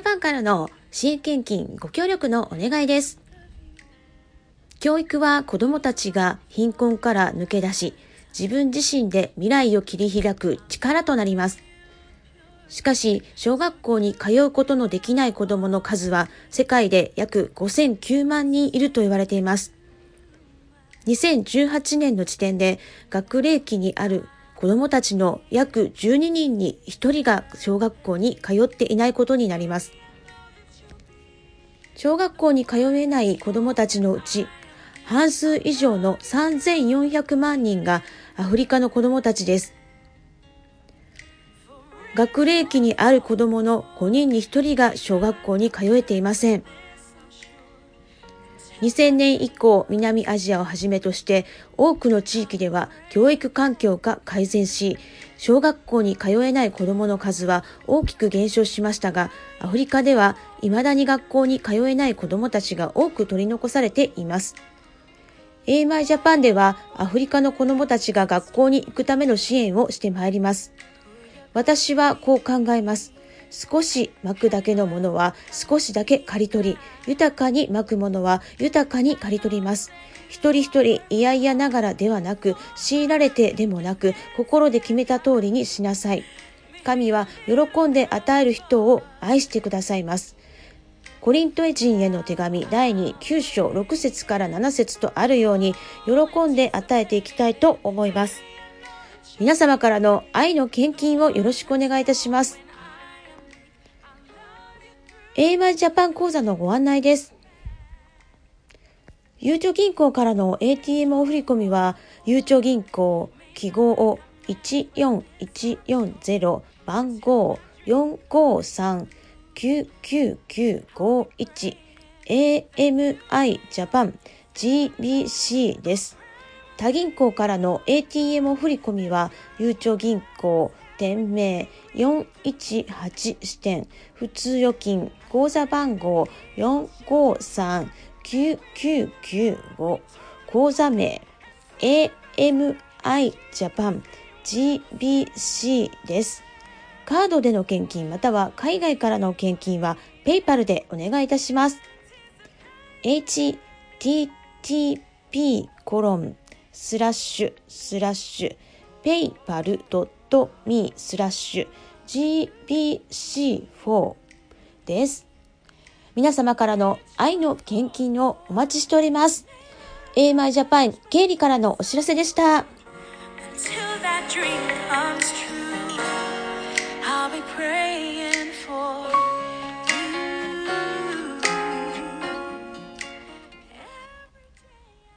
パンからの支援献金ご協力のお願いです。教育は子どもたちが貧困から抜け出し、自分自身で未来を切り開く力となります。しかし、小学校に通うことのできない子どもの数は世界で約5009万人いると言われています。2018年の時点で学齢期にある子どもたちの約12人に1人が小学校に通っていないことになります。小学校に通えない子どもたちのうち、半数以上の3400万人がアフリカの子どもたちです。学齢期にある子どもの5人に1人が小学校に通えていません。2000年以降、南アジアをはじめとして多くの地域では教育環境が改善し、小学校に通えない子どもの数は大きく減少しましたが、アフリカでは未だに学校に通えない子どもたちが多く取り残されています。AMI ジャパンではアフリカの子どもたちが学校に行くための支援をしてまいります。私はこう考えます。少しまくだけのものは少しだけ刈り取り、豊かにまくものは豊かに刈り取ります。一人一人嫌々ながらではなく、強いられてでもなく、心で決めた通りにしなさい。神は喜んで与える人を愛してくださいます。コリント人への手紙第9章6節から7節とあるように、喜んで与えていきたいと思います。皆様からの愛の献金をよろしくお願いいたします。AMI ジャパン講座のご案内です。ゆうちょ銀行からの ATM お振込は、ゆうちょ銀行記号14140番号453-99951 AMI ジャパン GBC です。他銀行からの ATM お振込は、ゆうちょ銀行店名418支店普通預金口座番号453-9995口座名 AMI ジャパン GBC です。カードでの献金または海外からの献金はペイパルでお願いいたします。http://paypal.me/gbc4 です。皆様からの愛の献金をお待ちしております。AMI ジャパン経理からのお知らせでした。Until that dream comes true, I'll be praying for